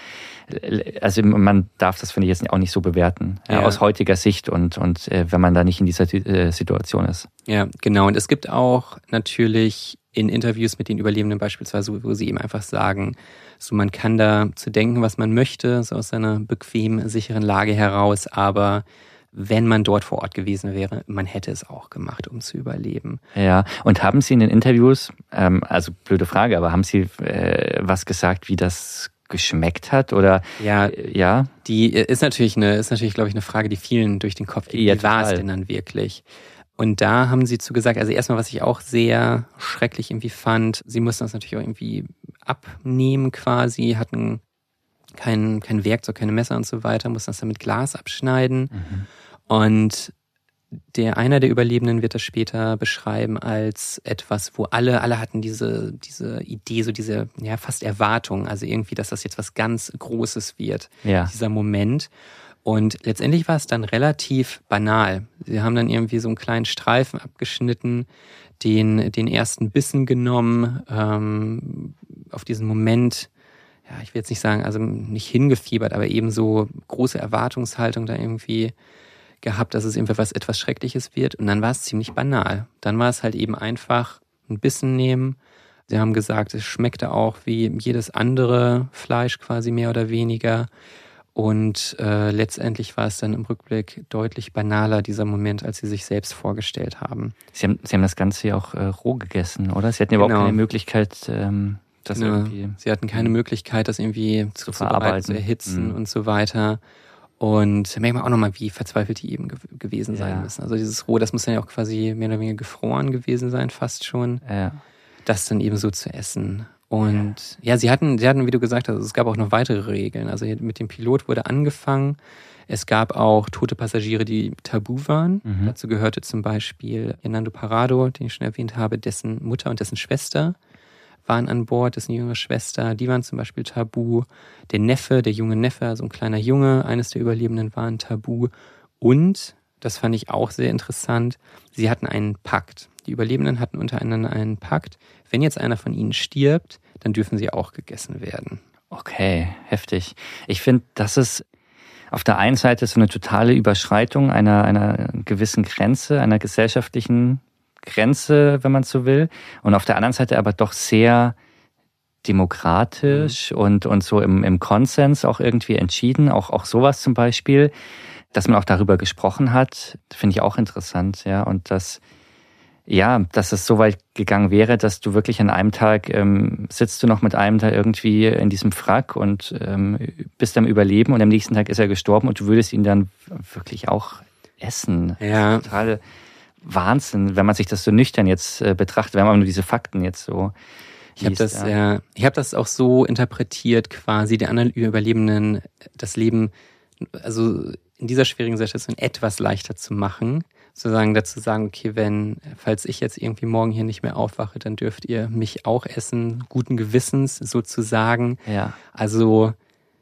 [SPEAKER 2] also man darf das, finde ich, jetzt auch nicht so bewerten, ja. Ja, aus heutiger Sicht und, und äh, wenn man da nicht in dieser äh, Situation ist.
[SPEAKER 3] Ja, genau. Und es gibt auch natürlich in Interviews mit den Überlebenden beispielsweise, wo sie eben einfach sagen, so man kann da zu denken, was man möchte, so aus seiner bequem sicheren Lage heraus, aber wenn man dort vor Ort gewesen wäre, man hätte es auch gemacht, um zu überleben.
[SPEAKER 2] Ja, und haben Sie in den Interviews, ähm, also blöde Frage, aber haben Sie äh, was gesagt, wie das geschmeckt hat oder
[SPEAKER 3] ja,
[SPEAKER 2] ja,
[SPEAKER 3] die ist natürlich eine ist natürlich glaube ich eine Frage, die vielen durch den Kopf geht.
[SPEAKER 2] Ja,
[SPEAKER 3] wie war es denn dann wirklich? Und da haben sie zu gesagt, also erstmal, was ich auch sehr schrecklich irgendwie fand, sie mussten das natürlich auch irgendwie abnehmen quasi, hatten kein kein Werkzeug, keine Messer und so weiter, mussten das dann mit Glas abschneiden. Mhm. Und der einer der Überlebenden wird das später beschreiben als etwas, wo alle, alle hatten diese, diese Idee, so diese, ja, fast Erwartung, also irgendwie, dass das jetzt was ganz Großes wird,
[SPEAKER 2] ja.
[SPEAKER 3] dieser Moment. Und letztendlich war es dann relativ banal. Sie haben dann irgendwie so einen kleinen Streifen abgeschnitten, den, den ersten Bissen genommen, ähm, auf diesen Moment, ja, ich will jetzt nicht sagen, also nicht hingefiebert, aber eben so große Erwartungshaltung da irgendwie gehabt, dass es irgendwie was etwas Schreckliches wird. Und dann war es ziemlich banal. Dann war es halt eben einfach ein Bissen nehmen. Sie haben gesagt, es schmeckte auch wie jedes andere Fleisch quasi mehr oder weniger. Und äh, letztendlich war es dann im Rückblick deutlich banaler, dieser Moment, als sie sich selbst vorgestellt haben.
[SPEAKER 2] Sie haben, sie haben das Ganze ja auch äh, roh gegessen, oder? Sie hatten überhaupt
[SPEAKER 3] Genau.
[SPEAKER 2] keine Möglichkeit, ähm, das
[SPEAKER 3] genau.
[SPEAKER 2] irgendwie...
[SPEAKER 3] Sie hatten keine Möglichkeit, das irgendwie zu,
[SPEAKER 2] zu
[SPEAKER 3] verarbeiten,
[SPEAKER 2] verarbeiten,
[SPEAKER 3] zu erhitzen
[SPEAKER 2] mhm.
[SPEAKER 3] und so weiter. Und da merkt man auch nochmal, wie verzweifelt die eben ge- gewesen sein
[SPEAKER 2] ja.
[SPEAKER 3] müssen. Also dieses Roh, das muss dann ja auch quasi mehr oder weniger gefroren gewesen sein, fast schon.
[SPEAKER 2] Ja.
[SPEAKER 3] Das dann eben so zu essen. Und ja, ja sie hatten, sie hatten, wie du gesagt hast, es gab auch noch weitere Regeln. Also mit dem Pilot wurde angefangen. Es gab auch tote Passagiere, die tabu waren.
[SPEAKER 2] Mhm.
[SPEAKER 3] Dazu gehörte zum Beispiel Hernando Parrado, den ich schon erwähnt habe, dessen Mutter und dessen Schwester waren an Bord, dessen jüngere Schwester, die waren zum Beispiel tabu. Der Neffe, der junge Neffe, also ein kleiner Junge, eines der Überlebenden waren tabu. Und, das fand ich auch sehr interessant, sie hatten einen Pakt. Die Überlebenden hatten untereinander einen Pakt. Wenn jetzt einer von ihnen stirbt, dann dürfen sie auch gegessen werden.
[SPEAKER 2] Okay, heftig. Ich finde, das ist auf der einen Seite so eine totale Überschreitung einer, einer gewissen Grenze, einer gesellschaftlichen Grenze, wenn man so will. Und auf der anderen Seite aber doch sehr demokratisch mhm. und, und so im, im Konsens auch irgendwie entschieden. Auch, auch sowas zum Beispiel, dass man auch darüber gesprochen hat, finde ich auch interessant, ja. Und dass, ja, dass es so weit gegangen wäre, dass du wirklich an einem Tag ähm, sitzt du noch mit einem da irgendwie in diesem Wrack und ähm, bist am Überleben und am nächsten Tag ist er gestorben und du würdest ihn dann wirklich auch essen.
[SPEAKER 3] Ja.
[SPEAKER 2] Total Wahnsinn, wenn man sich das so nüchtern jetzt äh, betrachtet, wenn man nur diese Fakten jetzt so
[SPEAKER 3] Ich habe das, ja. ja, ich habe das auch so interpretiert, quasi der anderen Überlebenden das Leben, also in dieser schwierigen Situation etwas leichter zu machen, sozusagen dazu sagen, okay, wenn, falls ich jetzt irgendwie morgen hier nicht mehr aufwache, dann dürft ihr mich auch essen, guten Gewissens sozusagen.
[SPEAKER 2] Ja.
[SPEAKER 3] Also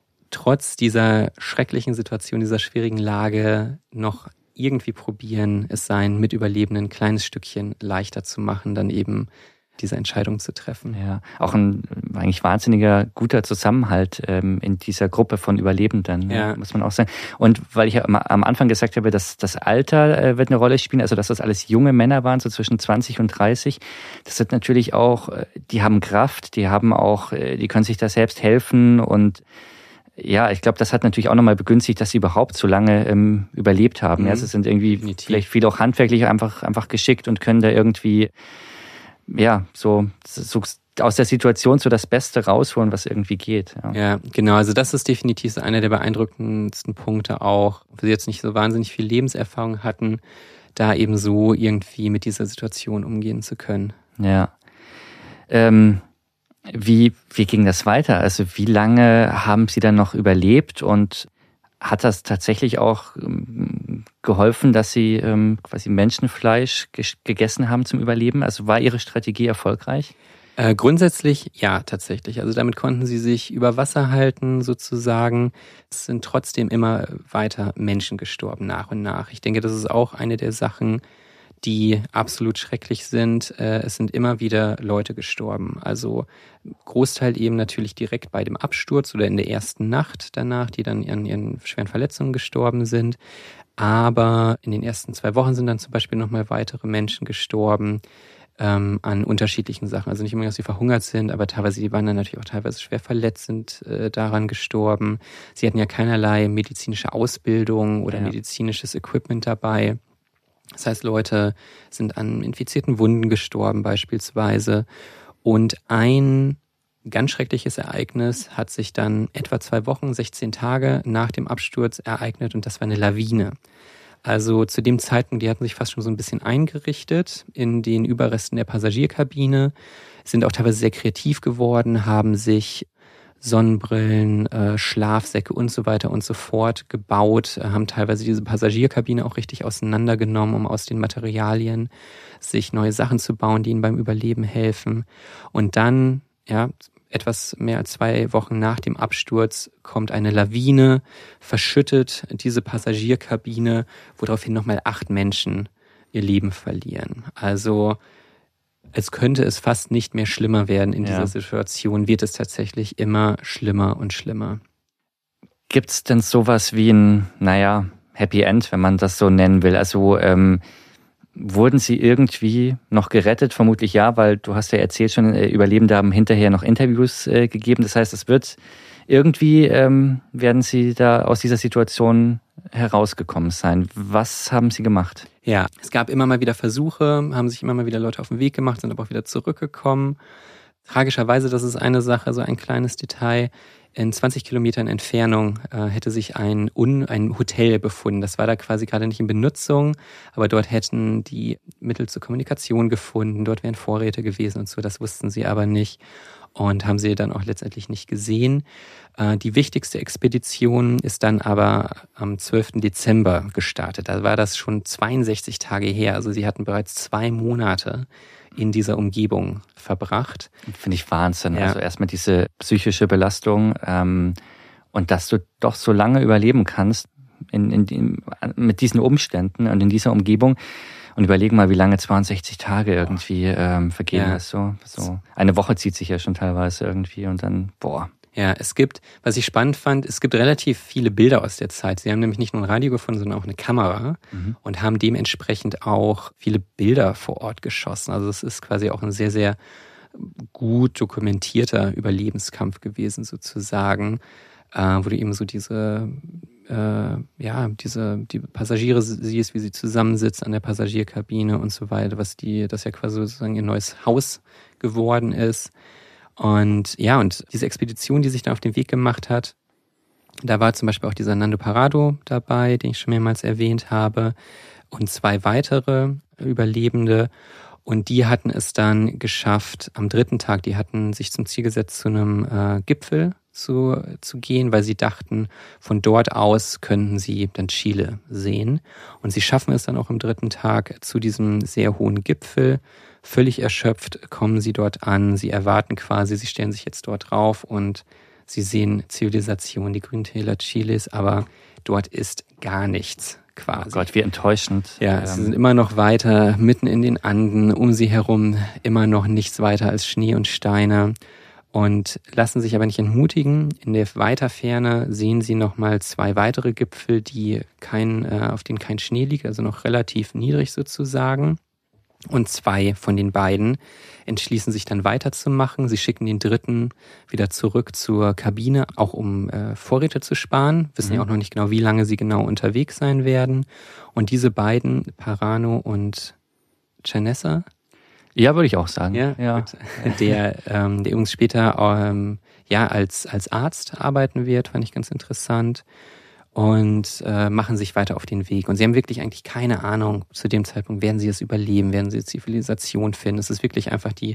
[SPEAKER 3] trotz dieser schrecklichen Situation, dieser schwierigen Lage noch irgendwie probieren, es sein Mitüberlebenden ein kleines Stückchen leichter zu machen, dann eben diese Entscheidung zu treffen.
[SPEAKER 2] Ja, auch ein eigentlich wahnsinniger guter Zusammenhalt ähm, in dieser Gruppe von Überlebenden,
[SPEAKER 3] ja.
[SPEAKER 2] muss man auch sagen. Und weil ich am, am Anfang gesagt habe, dass das Alter äh, wird eine Rolle spielen, also dass das alles junge Männer waren, so zwischen zwanzig und dreißig, das sind natürlich auch, die haben Kraft, die haben auch, die können sich da selbst helfen und ja, ich glaube, das hat natürlich auch nochmal begünstigt, dass sie überhaupt so lange ähm, überlebt haben. Mhm. Ja, sie sind irgendwie Definitiv. Vielleicht viel auch handwerklich einfach, einfach geschickt und können da irgendwie, ja, so, so aus der Situation so das Beste rausholen, was irgendwie geht. Ja,
[SPEAKER 3] ja genau. Also das ist definitiv so einer der beeindruckendsten Punkte auch, wo sie jetzt nicht so wahnsinnig viel Lebenserfahrung hatten, da eben so irgendwie mit dieser Situation umgehen zu können.
[SPEAKER 2] Ja. Ähm, Wie, wie ging das weiter? Also wie lange haben Sie dann noch überlebt und hat das tatsächlich auch ähm, geholfen, dass Sie ähm, quasi Menschenfleisch ge- gegessen haben zum Überleben? Also war Ihre Strategie erfolgreich?
[SPEAKER 3] Äh, grundsätzlich ja, tatsächlich. Also damit konnten Sie sich über Wasser halten sozusagen. Es sind trotzdem immer weiter Menschen gestorben nach und nach. Ich denke, das ist auch eine der Sachen, die absolut schrecklich sind. Es sind immer wieder Leute gestorben. Also Großteil eben natürlich direkt bei dem Absturz oder in der ersten Nacht danach, die dann an ihren schweren Verletzungen gestorben sind. Aber in den ersten zwei Wochen sind dann zum Beispiel nochmal weitere Menschen gestorben ähm, an unterschiedlichen Sachen. Also nicht immer, dass sie verhungert sind, aber teilweise, die waren dann natürlich auch teilweise schwer verletzt, sind äh, daran gestorben. Sie hatten ja keinerlei medizinische Ausbildung oder ja. medizinisches Equipment dabei. Das heißt, Leute sind an infizierten Wunden gestorben beispielsweise. Und ein ganz schreckliches Ereignis hat sich dann etwa zwei Wochen, sechzehn Tage nach dem Absturz ereignet und das war eine Lawine. Also zu dem Zeitpunkt, die hatten sich fast schon so ein bisschen eingerichtet in den Überresten der Passagierkabine, sind auch teilweise sehr kreativ geworden, haben sich Sonnenbrillen, äh, Schlafsäcke und so weiter und so fort gebaut, äh, haben teilweise diese Passagierkabine auch richtig auseinandergenommen, um aus den Materialien sich neue Sachen zu bauen, die ihnen beim Überleben helfen. Und dann, ja, etwas mehr als zwei Wochen nach dem Absturz kommt eine Lawine, verschüttet diese Passagierkabine, woraufhin nochmal acht Menschen ihr Leben verlieren. Also als könnte es fast nicht mehr schlimmer werden in dieser ja. Situation, wird es tatsächlich immer schlimmer und schlimmer.
[SPEAKER 2] Gibt es denn sowas wie ein, naja, Happy End, wenn man das so nennen will? Also ähm, wurden sie irgendwie noch gerettet? Vermutlich ja, weil du hast ja erzählt schon, Überlebende haben hinterher noch Interviews äh, gegeben. Das heißt, es wird irgendwie, ähm, werden sie da aus dieser Situation herausgekommen sein. Was haben sie gemacht?
[SPEAKER 3] Ja, es gab immer mal wieder Versuche, haben sich immer mal wieder Leute auf den Weg gemacht, sind aber auch wieder zurückgekommen. Tragischerweise, das ist eine Sache, so ein kleines Detail, in zwanzig Kilometern Entfernung äh, hätte sich ein, Un, ein Hotel befunden. Das war da quasi gerade nicht in Benutzung, aber dort hätten die Mittel zur Kommunikation gefunden, dort wären Vorräte gewesen und so, das wussten sie aber nicht und haben sie dann auch letztendlich nicht gesehen. Äh, die wichtigste Expedition ist dann aber am zwölften Dezember gestartet. Da war das schon zweiundsechzig Tage her, also sie hatten bereits zwei Monate in dieser Umgebung verbracht.
[SPEAKER 2] Finde ich Wahnsinn. Ja. Also erstmal diese psychische Belastung ähm, und dass du doch so lange überleben kannst in, in, in, mit diesen Umständen und in dieser Umgebung. Und überlegen mal, wie lange zweiundsechzig Tage irgendwie ähm, vergehen. Ja. So, so eine Woche zieht sich ja schon teilweise irgendwie und dann, boah.
[SPEAKER 3] Ja, es gibt, was ich spannend fand, es gibt relativ viele Bilder aus der Zeit. Sie haben nämlich nicht nur ein Radio gefunden, sondern auch eine Kamera mhm. und haben dementsprechend auch viele Bilder vor Ort geschossen. Also es ist quasi auch ein sehr, sehr gut dokumentierter Überlebenskampf gewesen sozusagen, äh, wo du eben so diese, äh, ja, diese, die Passagiere siehst, wie sie zusammensitzen an der Passagierkabine und so weiter, was die, das ja quasi sozusagen ihr neues Haus geworden ist. Und ja, und diese Expedition, die sich dann auf den Weg gemacht hat, da war zum Beispiel auch dieser Nando Parrado dabei, den ich schon mehrmals erwähnt habe, und zwei weitere Überlebende. Und die hatten es dann geschafft, am dritten Tag, die hatten sich zum Ziel gesetzt, zu einem äh, Gipfel zu, zu gehen, weil sie dachten, von dort aus könnten sie dann Chile sehen. Und sie schaffen es dann auch am dritten Tag zu diesem sehr hohen Gipfel. Völlig erschöpft kommen sie dort an, sie erwarten quasi, sie stellen sich jetzt dort drauf und sie sehen Zivilisation, die Grüntäler Chiles, aber dort ist gar nichts quasi.
[SPEAKER 2] Oh Gott, wie enttäuschend.
[SPEAKER 3] Ja, sie sind immer noch weiter, mitten in den Anden, um sie herum immer noch nichts weiter als Schnee und Steine und lassen sich aber nicht entmutigen. In der Weiterferne sehen sie nochmal zwei weitere Gipfel, die kein, äh, auf denen kein Schnee liegt, also noch relativ niedrig sozusagen. Und zwei von den beiden entschließen sich dann weiterzumachen. Sie schicken den dritten wieder zurück zur Kabine, auch um äh, Vorräte zu sparen. Wissen mhm. ja auch noch nicht genau, wie lange sie genau unterwegs sein werden. Und diese beiden, Parrano und Chanessa,
[SPEAKER 2] ja, würde ich auch sagen.
[SPEAKER 3] Ja, ja. Der, ähm, der übrigens später ähm, ja als als Arzt arbeiten wird, fand ich ganz interessant. Und äh, machen sich weiter auf den Weg. Und sie haben wirklich eigentlich keine Ahnung zu dem Zeitpunkt, werden sie es überleben, werden sie Zivilisation finden. Es ist wirklich einfach die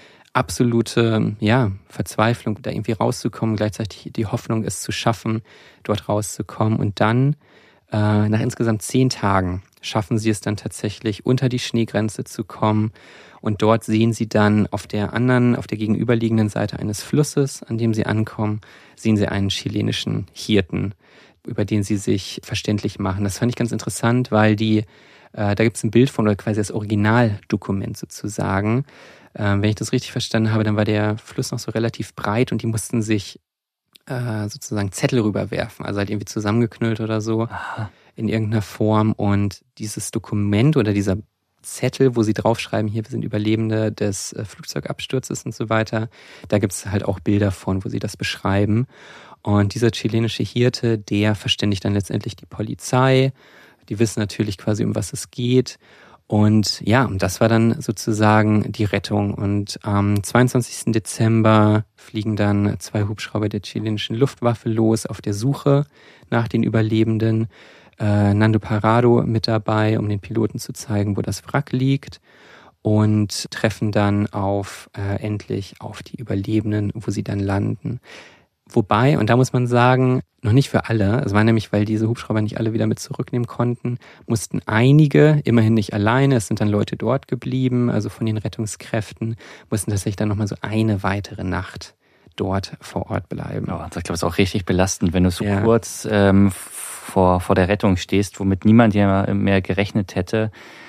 [SPEAKER 3] absolute ja, Verzweiflung, da irgendwie rauszukommen, gleichzeitig die Hoffnung, es zu schaffen, dort rauszukommen. Und dann, äh, nach insgesamt zehn Tagen, schaffen sie es dann tatsächlich, unter die Schneegrenze zu kommen. Und dort sehen sie dann auf der anderen, auf der gegenüberliegenden Seite eines Flusses, an dem sie ankommen, sehen sie einen chilenischen Hirten, über den sie sich verständlich machen. Das fand ich ganz interessant, weil die, äh, da gibt es ein Bild von, oder quasi das Originaldokument sozusagen. Äh, wenn ich das richtig verstanden habe, dann war der Fluss noch so relativ breit und die mussten sich äh, sozusagen Zettel rüberwerfen, also halt irgendwie zusammengeknüllt oder so. Aha. In irgendeiner Form. Und dieses Dokument oder dieser Zettel, wo sie draufschreiben, hier, wir sind Überlebende des äh, Flugzeugabsturzes und so weiter, da gibt es halt auch Bilder von, wo sie das beschreiben. Und dieser chilenische Hirte, der verständigt dann letztendlich die Polizei. Die wissen natürlich quasi, um was es geht. Und ja, und das war dann sozusagen die Rettung. Und am zweiundzwanzigsten Dezember fliegen dann zwei Hubschrauber der chilenischen Luftwaffe los auf der Suche nach den Überlebenden. Äh, Nando Parrado mit dabei, um den Piloten zu zeigen, wo das Wrack liegt. Und treffen dann auf äh, endlich auf die Überlebenden, wo sie dann landen. Wobei, und da muss man sagen, noch nicht für alle, es war nämlich, weil diese Hubschrauber nicht alle wieder mit zurücknehmen konnten, mussten einige, immerhin nicht alleine, es sind dann Leute dort geblieben, also von den Rettungskräften, mussten tatsächlich dann nochmal so eine weitere Nacht dort vor Ort bleiben.
[SPEAKER 2] Ja, ich glaube, es ist auch richtig belastend, wenn du so
[SPEAKER 3] ja.
[SPEAKER 2] kurz ähm, vor, vor der Rettung stehst, womit niemand ja mehr gerechnet hätte.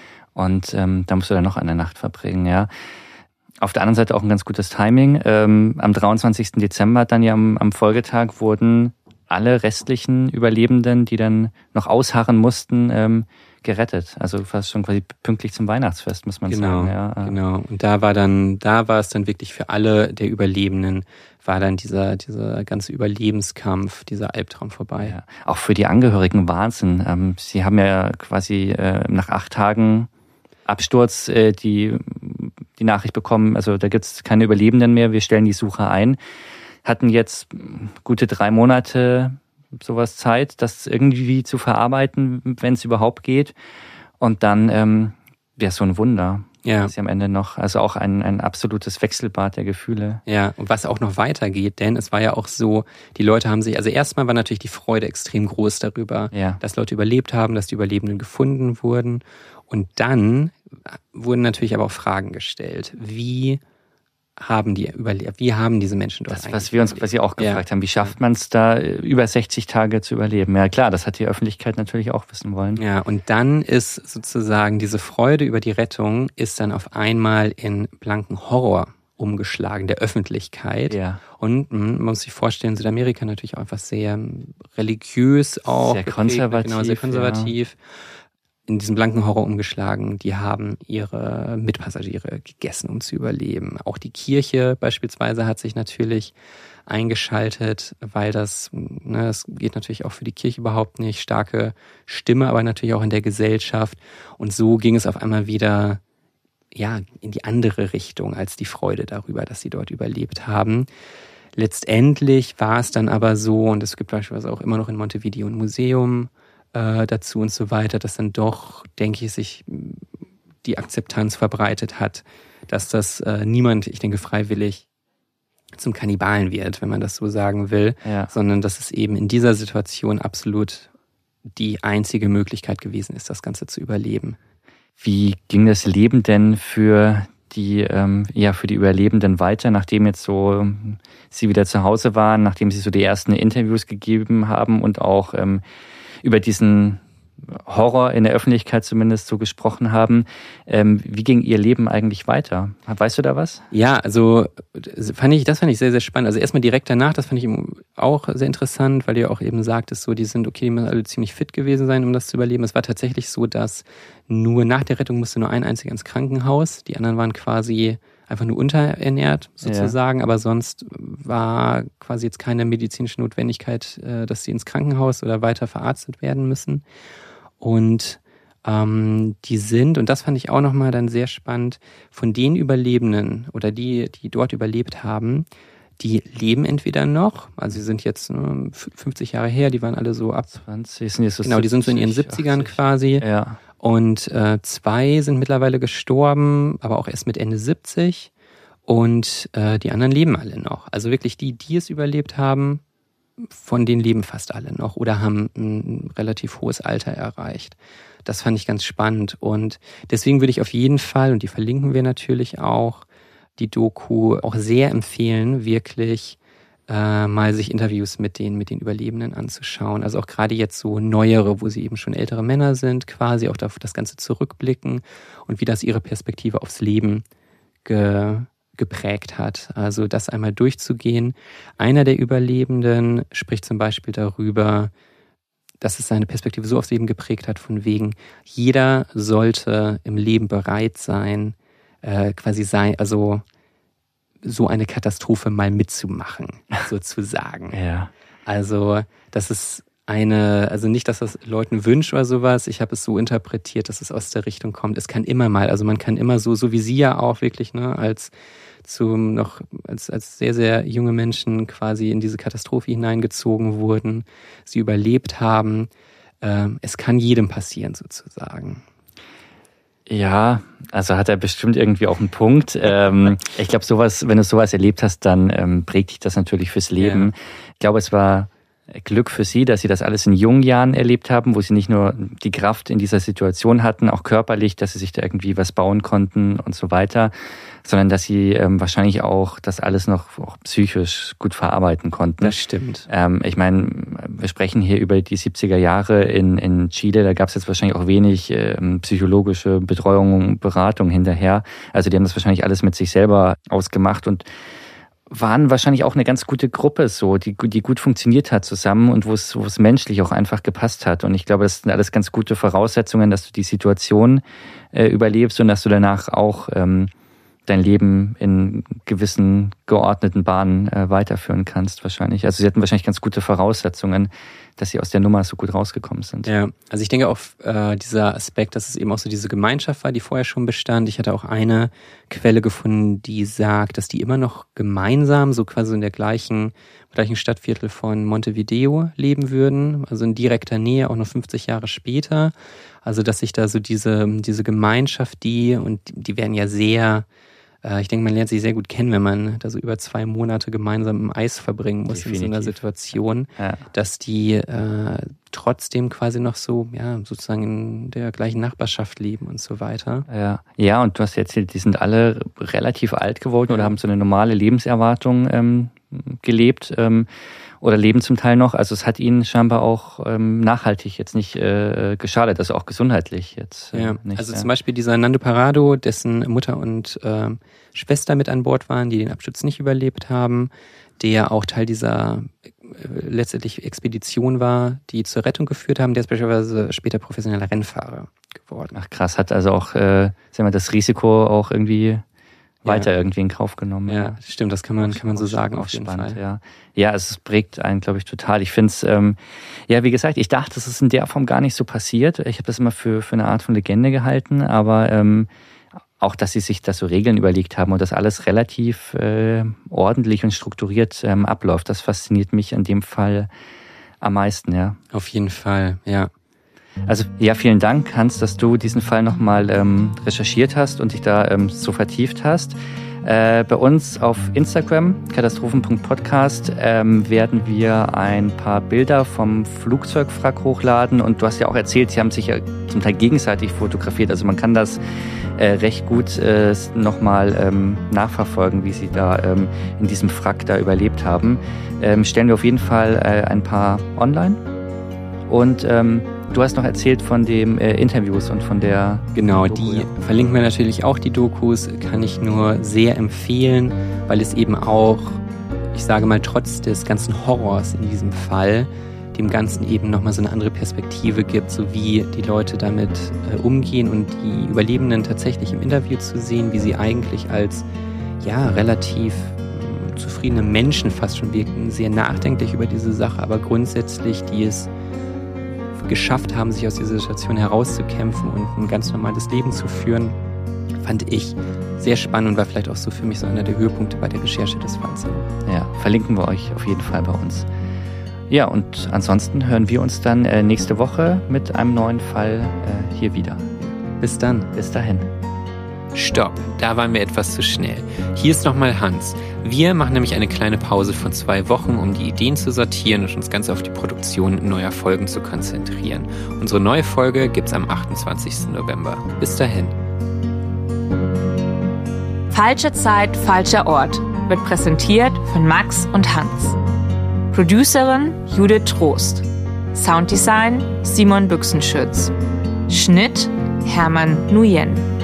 [SPEAKER 2] Und ähm, da musst du dann noch eine Nacht verbringen, ja. Auf der anderen Seite auch ein ganz gutes Timing. Ähm, am dreiundzwanzigsten Dezember, dann ja am, am Folgetag, wurden alle restlichen Überlebenden, die dann noch ausharren mussten, ähm, gerettet. Also fast schon quasi pünktlich zum Weihnachtsfest, muss man
[SPEAKER 3] genau,
[SPEAKER 2] sagen. Ja.
[SPEAKER 3] Genau. Und da war dann, da war es dann wirklich für alle der Überlebenden, war dann dieser, dieser ganze Überlebenskampf, dieser Albtraum vorbei.
[SPEAKER 2] Ja. Auch für die Angehörigen Wahnsinn. Ähm, sie haben ja quasi äh, nach acht Tagen Absturz äh, die die Nachricht bekommen, also da gibt's keine Überlebenden mehr, wir stellen die Suche ein. Hatten jetzt gute drei Monate sowas Zeit, das irgendwie zu verarbeiten, wenn es überhaupt geht. Und dann ähm, wäre so ein Wunder,
[SPEAKER 3] ja.
[SPEAKER 2] dass sie am Ende noch, also auch ein, ein absolutes Wechselbad der Gefühle.
[SPEAKER 3] Ja, und was auch noch weitergeht, denn es war ja auch so, die Leute haben sich, also erstmal war natürlich die Freude extrem groß darüber,
[SPEAKER 2] ja.
[SPEAKER 3] dass Leute überlebt haben, dass die Überlebenden gefunden wurden. Und dann wurden natürlich aber auch Fragen gestellt. Wie haben die überlebt? Wie haben diese Menschen dort
[SPEAKER 2] das,
[SPEAKER 3] eigentlich
[SPEAKER 2] was wir uns
[SPEAKER 3] überlebt?
[SPEAKER 2] quasi auch gefragt
[SPEAKER 3] ja.
[SPEAKER 2] haben, wie schafft man es da, über sechzig Tage zu überleben? Ja klar, das hat die Öffentlichkeit natürlich auch wissen wollen.
[SPEAKER 3] Ja, und dann ist sozusagen diese Freude über die Rettung ist dann auf einmal in blanken Horror umgeschlagen, der Öffentlichkeit.
[SPEAKER 2] Ja.
[SPEAKER 3] Und man muss sich vorstellen, Südamerika natürlich auch einfach sehr religiös auch.
[SPEAKER 2] Sehr
[SPEAKER 3] geprägt,
[SPEAKER 2] konservativ.
[SPEAKER 3] Genau, sehr konservativ. Ja. In diesen blanken Horror umgeschlagen. Die haben ihre Mitpassagiere gegessen, um zu überleben. Auch die Kirche beispielsweise hat sich natürlich eingeschaltet, weil das, ne, das geht natürlich auch für die Kirche überhaupt nicht. Starke Stimme, aber natürlich auch in der Gesellschaft. Und so ging es auf einmal wieder, ja, in die andere Richtung als die Freude darüber, dass sie dort überlebt haben. Letztendlich war es dann aber so, und es gibt beispielsweise auch immer noch in Montevideo ein Museum dazu und so weiter, dass dann doch, denke ich, sich die Akzeptanz verbreitet hat, dass das äh, niemand, ich denke, freiwillig zum Kannibalen wird, wenn man das so sagen will,
[SPEAKER 2] ja.
[SPEAKER 3] sondern dass es eben in dieser Situation absolut die einzige Möglichkeit gewesen ist, das Ganze zu überleben.
[SPEAKER 2] Wie ging das Leben denn für die, ähm, ja, für die Überlebenden weiter, nachdem jetzt so sie wieder zu Hause waren, nachdem sie so die ersten Interviews gegeben haben und auch ähm, über diesen Horror in der Öffentlichkeit zumindest so gesprochen haben. Ähm, wie ging ihr Leben eigentlich weiter? Weißt du da was?
[SPEAKER 3] Ja, also fand ich, das fand ich sehr, sehr spannend. Also erstmal direkt danach, das fand ich auch sehr interessant, weil du ja auch eben sagtest, so die sind, okay, die müssen alle ziemlich fit gewesen sein, um das zu überleben. Es war tatsächlich so, dass nur nach der Rettung musste nur ein einziger ins Krankenhaus. Die anderen waren quasi einfach nur unterernährt sozusagen, ja. Aber sonst war quasi jetzt keine medizinische Notwendigkeit, dass sie ins Krankenhaus oder weiter verarztet werden müssen. Und ähm, die sind, und das fand ich auch nochmal dann sehr spannend, von den Überlebenden oder die, die dort überlebt haben, die leben entweder noch, also sie sind jetzt ne, fünfzig Jahre her, die waren alle so ab
[SPEAKER 2] zwanzig, sind jetzt so
[SPEAKER 3] genau, die sind so in ihren siebzigern achtzig quasi.
[SPEAKER 2] Ja.
[SPEAKER 3] Und äh, zwei sind mittlerweile gestorben, aber auch erst mit Ende siebzig. Und äh, die anderen leben alle noch. Also wirklich die, die es überlebt haben, von denen leben fast alle noch oder haben ein relativ hohes Alter erreicht. Das fand ich ganz spannend. Und deswegen würde ich auf jeden Fall, und die verlinken wir natürlich auch, die Doku auch sehr empfehlen, wirklich äh, mal sich Interviews mit den, mit den Überlebenden anzuschauen. Also auch gerade jetzt so neuere, wo sie eben schon ältere Männer sind, quasi auch auf das Ganze zurückblicken und wie das ihre Perspektive aufs Leben ge, geprägt hat. Also das einmal durchzugehen. Einer der Überlebenden spricht zum Beispiel darüber, dass es seine Perspektive so aufs Leben geprägt hat, von wegen, jeder sollte im Leben bereit sein, äh, quasi sein, also so eine Katastrophe mal mitzumachen, sozusagen.
[SPEAKER 2] Ja.
[SPEAKER 3] Also das ist eine, also nicht, dass das Leuten wünscht oder sowas, ich habe es so interpretiert, dass es aus der Richtung kommt. Es kann immer mal, also man kann immer so, so wie sie ja auch wirklich, ne, als zum noch als als sehr, sehr junge Menschen quasi in diese Katastrophe hineingezogen wurden, sie überlebt haben. Ähm, es kann jedem passieren, sozusagen.
[SPEAKER 2] Ja, also hat er bestimmt irgendwie auch einen Punkt. ähm, ich glaube, sowas, wenn du sowas erlebt hast, dann ähm, prägt dich das natürlich fürs Leben. Ja. Ich glaube, es war Glück für sie, dass sie das alles in jungen Jahren erlebt haben, wo sie nicht nur die Kraft in dieser Situation hatten, auch körperlich, dass sie sich da irgendwie was bauen konnten und so weiter, sondern dass sie ähm, wahrscheinlich auch das alles noch auch psychisch gut verarbeiten konnten.
[SPEAKER 3] Das stimmt.
[SPEAKER 2] Ähm, ich meine, wir sprechen hier über die siebziger Jahre in, in Chile, da gab es jetzt wahrscheinlich auch wenig ähm, psychologische Betreuung und Beratung hinterher. Also die haben das wahrscheinlich alles mit sich selber ausgemacht und waren wahrscheinlich auch eine ganz gute Gruppe, so, die, die gut funktioniert hat zusammen und wo es, wo es menschlich auch einfach gepasst hat. Und ich glaube, das sind alles ganz gute Voraussetzungen, dass du die Situation äh, überlebst und dass du danach auch ähm, dein Leben in gewissen geordneten Bahnen äh, weiterführen kannst wahrscheinlich. Also sie hatten wahrscheinlich ganz gute Voraussetzungen, dass sie aus der Nummer so gut rausgekommen sind.
[SPEAKER 3] Ja, also ich denke auch äh, dieser Aspekt, dass es eben auch so diese Gemeinschaft war, die vorher schon bestand. Ich hatte auch eine Quelle gefunden, die sagt, dass die immer noch gemeinsam, so quasi in der gleichen, gleichen Stadtviertel von Montevideo leben würden, also in direkter Nähe, auch noch fünfzig Jahre später. Also dass sich da so diese, diese Gemeinschaft, die, und die werden ja sehr, ich denke, man lernt sich sehr gut kennen, wenn man da so über zwei Monate gemeinsam im Eis verbringen muss. Definitiv. In so einer Situation, ja. Dass die äh, trotzdem quasi noch so, ja, sozusagen in der gleichen Nachbarschaft leben und so weiter.
[SPEAKER 2] Ja, ja, und du hast erzählt, die sind alle relativ alt geworden oder haben so eine normale Lebenserwartung ähm, gelebt ähm, oder leben zum Teil noch. Also es hat ihnen scheinbar auch ähm, nachhaltig jetzt nicht äh, geschadet, also auch gesundheitlich jetzt. Äh,
[SPEAKER 3] ja,
[SPEAKER 2] nicht,
[SPEAKER 3] also
[SPEAKER 2] ja.
[SPEAKER 3] Zum Beispiel dieser Nando Parrado, dessen Mutter und äh, Schwester mit an Bord waren, die den Absturz nicht überlebt haben, der auch Teil dieser äh, letztendlich Expedition war, die zur Rettung geführt haben, der ist beispielsweise später professioneller Rennfahrer geworden.
[SPEAKER 2] Ach krass, hat also auch äh, sagen wir, das Risiko auch irgendwie weiter ja. irgendwie in Kauf genommen.
[SPEAKER 3] Ja, ja, stimmt, das kann man kann man so sagen auf jeden
[SPEAKER 2] spannend,
[SPEAKER 3] Fall.
[SPEAKER 2] Ja, ja, es prägt einen, glaube ich, total. Ich finde es, ähm, ja, wie gesagt, ich dachte, es ist in der Form gar nicht so passiert. Ich habe das immer für für eine Art von Legende gehalten, aber ähm, auch, dass sie sich das so Regeln überlegt haben und das alles relativ äh, ordentlich und strukturiert ähm, abläuft, das fasziniert mich in dem Fall am meisten, ja.
[SPEAKER 3] Auf jeden Fall, ja.
[SPEAKER 2] Also ja, vielen Dank, Hans, dass du diesen Fall nochmal ähm, recherchiert hast und dich da ähm, so vertieft hast. Äh, bei uns auf Instagram, katastrophen punkt podcast, ähm, werden wir ein paar Bilder vom Flugzeugwrack hochladen. Und du hast ja auch erzählt, sie haben sich ja zum Teil gegenseitig fotografiert. Also man kann das äh, recht gut äh, nochmal ähm, nachverfolgen, wie sie da ähm, in diesem Wrack da überlebt haben. Ähm, stellen wir auf jeden Fall äh, ein paar online. Und ähm, du hast noch erzählt von den äh, Interviews und von der...
[SPEAKER 3] Genau,
[SPEAKER 2] Doku,
[SPEAKER 3] die
[SPEAKER 2] ja.
[SPEAKER 3] verlinken wir natürlich auch, die Dokus, kann ich nur sehr empfehlen, weil es eben auch, ich sage mal, trotz des ganzen Horrors in diesem Fall, dem Ganzen eben nochmal so eine andere Perspektive gibt, so wie die Leute damit äh, umgehen und die Überlebenden tatsächlich im Interview zu sehen, wie sie eigentlich als, ja, relativ äh, zufriedene Menschen fast schon wirken, sehr nachdenklich über diese Sache, aber grundsätzlich, die es geschafft haben, sich aus dieser Situation herauszukämpfen und ein ganz normales Leben zu führen, fand ich sehr spannend und war vielleicht auch so für mich so einer der Höhepunkte bei der Recherche des Falls.
[SPEAKER 2] Ja, verlinken wir euch auf jeden Fall bei uns. Ja, und ansonsten hören wir uns dann äh, nächste Woche mit einem neuen Fall äh, hier wieder.
[SPEAKER 3] Bis dann.
[SPEAKER 2] Bis dahin.
[SPEAKER 3] Stopp, da waren wir etwas zu schnell. Hier ist nochmal Hans. Wir machen nämlich eine kleine Pause von zwei Wochen, um die Ideen zu sortieren und uns ganz auf die Produktion neuer Folgen zu konzentrieren. Unsere neue Folge gibt's am achtundzwanzigsten November. Bis dahin.
[SPEAKER 1] Falsche Zeit, falscher Ort wird präsentiert von Max und Hans. Producerin Judith Trost. Sounddesign Simon Büchsenschütz. Schnitt Hermann Nguyen.